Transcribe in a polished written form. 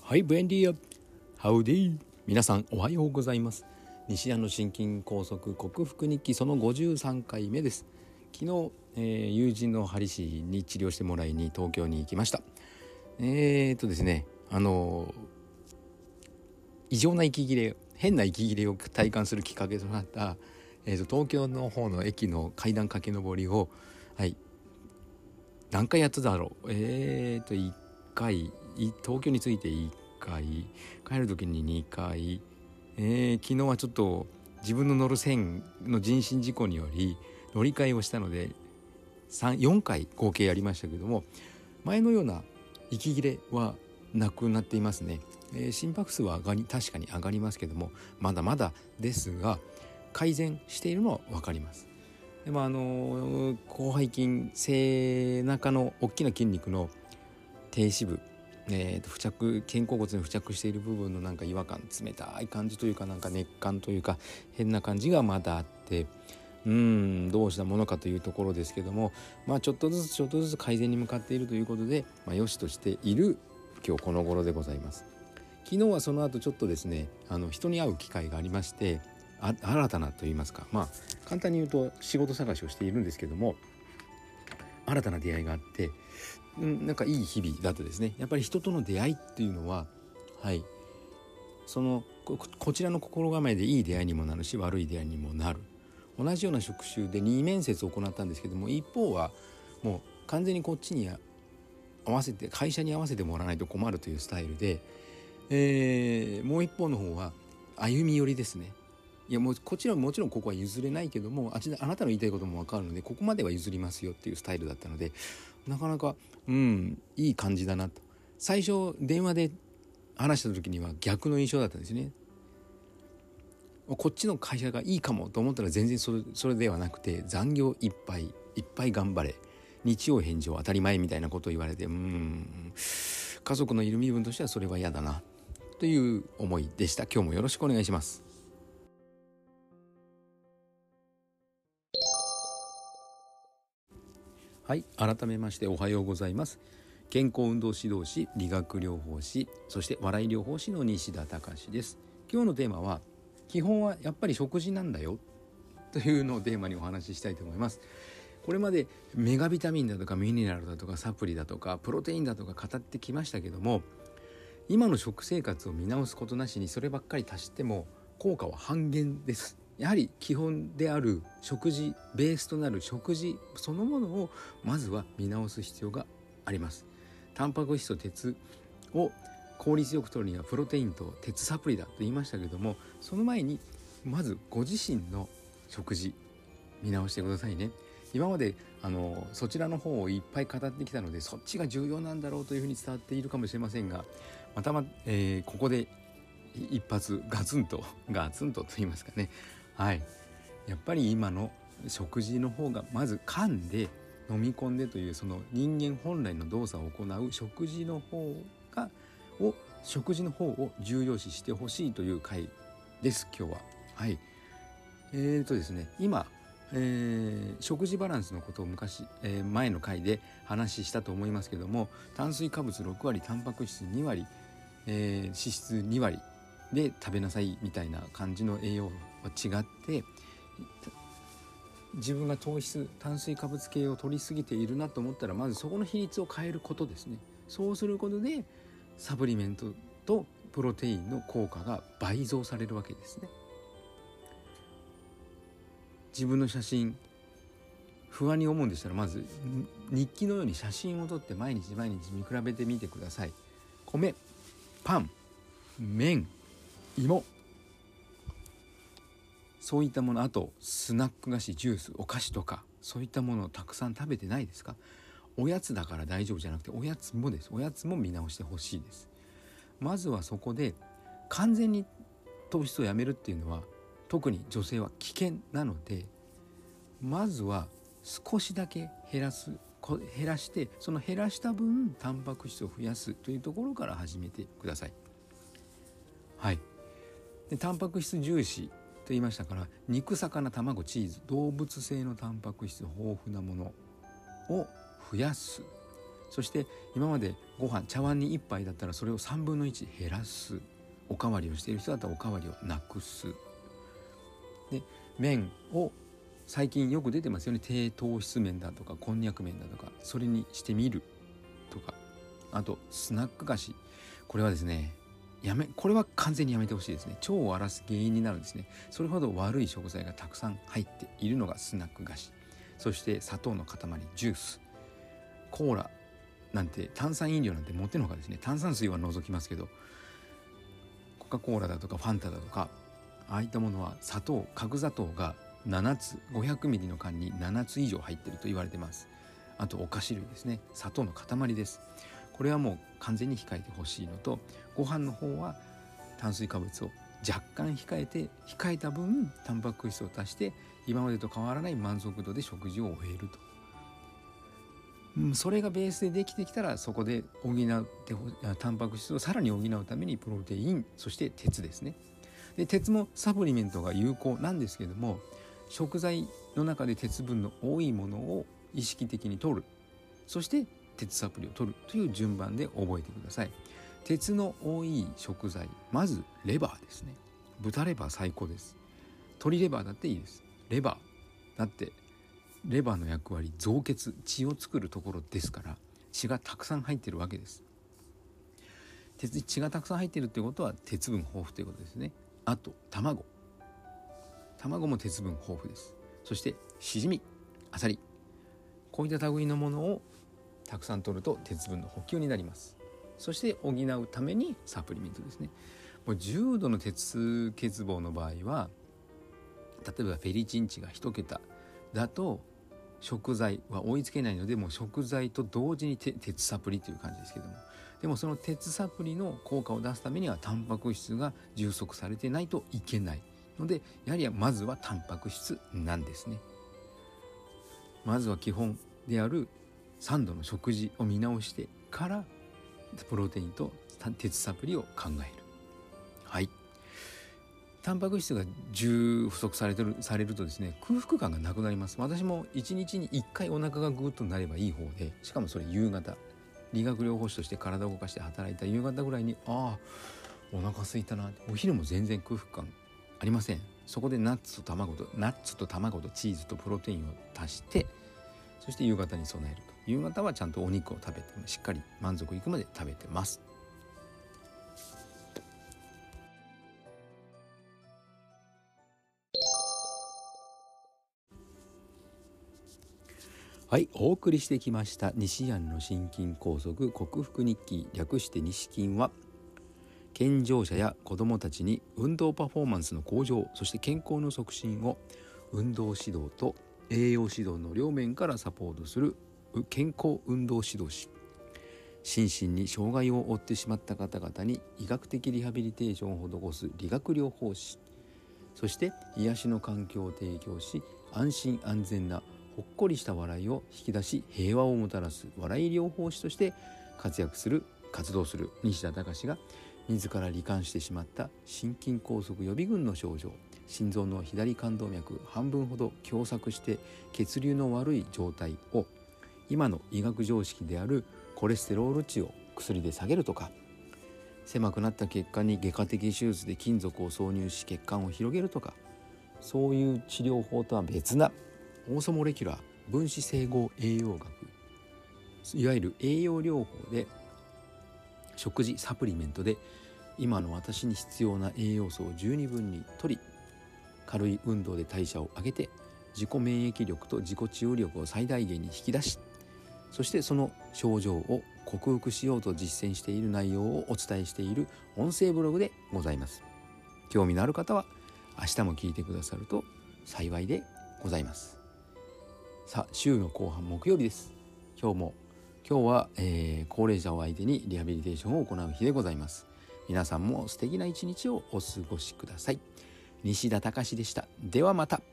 はい、ブエンディア、ハウディ。皆さんおはようございます。西安の心筋梗塞克服日記その53回目です。昨日、友人の針師に治療してもらいに東京に行きました。ですね、異常な息切れ、変な息切れを体感するきっかけとなった、東京の方の駅の階段駆け上りを、何回やっただろう。1回、東京に着いて1回、帰る時に2回、昨日はちょっと自分の乗る線の人身事故により乗り換えをしたので4回合計やりましたけども、前のような息切れはなくなっていますね。心拍数は確かに上がりますけども、まだまだですが改善しているのは分かります。でも広背筋、背中の大きな筋肉の低脂部、肩甲骨に付着している部分のなんか違和感、冷たい感じというか、なんか熱感というか変な感じがまだあって、どうしたものかというところですけども、ちょっとずつ改善に向かっているということで、良しとしている今日この頃でございます。昨日はその後ちょっとですね、人に会う機会がありまして、新たなといいますか、簡単に言うと仕事探しをしているんですけども、新たな出会いがあって、なんかいい日々だとですね、やっぱり人との出会いっていうのは、その こちらの心構えでいい出会いにもなるし、悪い出会いにもなる。同じような職種で2面接を行ったんですけども、一方はもう完全にこっちに合わせて、会社に合わせてもらわないと困るというスタイルで、もう一方の方は歩み寄りですね。いや、もうこちらはもちろんここは譲れないけども、あなたの言いたいことも分かるのでここまでは譲りますよっていうスタイルだったので、なかなかいい感じだなと。最初電話で話した時には逆の印象だったんですね。こっちの会社がいいかもと思ったら全然それではなくて、残業いっぱい頑張れ、日曜返上当たり前みたいなことを言われて、家族のいる身分としてはそれは嫌だなという思いでした。今日もよろしくお願いします。はい、改めましておはようございます。健康運動指導士、理学療法士、そして笑い療法士の西田隆です。今日のテーマは、基本はやっぱり食事なんだよというのをテーマにお話ししたいと思います。これまでメガビタミンだとかミネラルだとかサプリだとかプロテインだとか語ってきましたけども、今の食生活を見直すことなしにそればっかり足しても効果は半減です。やはり基本である食事、ベースとなる食事そのものをまずは見直す必要があります。タンパク質と鉄を効率よく取るにはプロテインと鉄サプリだと言いましたけども、その前にまずご自身の食事見直してくださいね。今までそちらの方をいっぱい語ってきたので、そっちが重要なんだろうというふうに伝わっているかもしれませんが、ここで一発ガツンとと言いますかね。やっぱり今の食事の方が、まず噛んで飲み込んでという、その人間本来の動作を行う食事の方を重要視してほしいという回です今日は。ですね、今、食事バランスのことを前の回で話したと思いますけども、炭水化物6割、タンパク質2割、脂質2割で食べなさいみたいな感じの栄養は違って、自分が炭水化物系を取りすぎているなと思ったら、まずそこの比率を変えることですね。そうすることでサプリメントとプロテインの効果が倍増されるわけですね。自分の写真不安に思うんでしたら、まず日記のように写真を撮って毎日見比べてみてください。米、パン、麺、芋、そういったもの、あとスナック菓子、ジュース、お菓子とか、そういったものをたくさん食べてないですか？おやつだから大丈夫じゃなくて、おやつも見直してほしいです。まずはそこで完全に糖質をやめるっていうのは、特に女性は危険なので、まずは少しだけ減らして、その減らした分タンパク質を増やすというところから始めてください。で、タンパク質重視と言いましたから、肉、魚、卵、チーズ、動物性のタンパク質豊富なものを増やす。 そして今までご飯茶碗に1杯だったらそれを3分の1減らす。おかわりをしている人だったらおかわりをなくす。で麺を最近よく出てますよね。低糖質麺だとかこんにゃく麺だとか、それにしてみるとか。あとスナック菓子、これはですねこれは完全にやめてほしいですね。腸を荒らす原因になるんですね。それほど悪い食材がたくさん入っているのがスナック菓子。そして砂糖の塊、ジュース、コーラなんて、炭酸飲料なんてもってのほかですね。炭酸水は除きますけど、コカ・コーラだとかファンタだとか、ああいったものは角砂糖が7つ、500ミリの缶に7つ以上入っていると言われてます。あとお菓子類ですね。砂糖の塊です。これはもう完全に控えてほしいのと、ご飯の方は炭水化物を若干控えた分タンパク質を足して今までと変わらない満足度で食事を終えると、それがベースでできてきたら、そこでタンパク質をさらに補うためにプロテイン、そして鉄ですね。で鉄もサプリメントが有効なんですけども、食材の中で鉄分の多いものを意識的に摂る、そして鉄サプリを摂るという順番で覚えてください。鉄の多い食材、まずレバーですね。豚レバー最高です。鶏レバーだっていいです。レバーだってレバーの役割、造血、血を作るところですから、血がたくさん入っているわけです。血がたくさん入っているということは鉄分豊富ということですね。あと卵も鉄分豊富です。そしてしじみ、あさり、こういった類のものをたくさん摂ると鉄分の補給になります。そして補うためにサプリメントですね。もう重度の鉄欠乏の場合は、例えばフェリチン値が1桁だと食材は追いつけないので、もう食材と同時に鉄サプリという感じですけども、でもその鉄サプリの効果を出すためにはタンパク質が充足されてないといけないので、やはりまずはタンパク質なんですね。まずは基本である3度の食事を見直してからプロテインと鉄サプリを考える。はい。タンパク質が不足されるとですね、空腹感がなくなります。私も1日に1回お腹がグーッとなればいい方で、しかもそれ夕方、理学療法士として体を動かして働いた夕方ぐらいに、お腹空いたな。お昼も全然空腹感ありません。そこでナッツと卵とチーズとプロテインを足して、そして夕方に備えると。夕方はちゃんとお肉を食べて、しっかり満足いくまで食べてます。はい、お送りしてきました西安の心筋梗塞克服日記、略して西筋は、健常者や子どもたちに運動パフォーマンスの向上、そして健康の促進を運動指導と栄養指導の両面からサポートする健康運動指導士、心身に障害を負ってしまった方々に医学的リハビリテーションを施す理学療法士、そして癒しの環境を提供し、安心安全なほっこりした笑いを引き出し、平和をもたらす笑い療法士として活動する西田隆が、自ら罹患してしまった心筋梗塞予備軍の症状、心臓の左冠動脈半分ほど狭窄して血流の悪い状態を、今の医学常識であるコレステロール値を薬で下げるとか、狭くなった血管に外科的手術で金属を挿入し血管を広げるとか、そういう治療法とは別なオーソモレキュラー分子整合栄養学、いわゆる栄養療法で、食事サプリメントで今の私に必要な栄養素を十二分に摂り、軽い運動で代謝を上げて自己免疫力と自己治癒力を最大限に引き出し、そしてその症状を克服しようと実践している内容をお伝えしている音声ブログでございます。興味のある方は明日も聞いてくださると幸いでございます。さあ、週の後半木曜日です。今日は、高齢者を相手にリハビリテーションを行う日でございます。皆さんも素敵な一日をお過ごしください。西田隆でした。ではまた。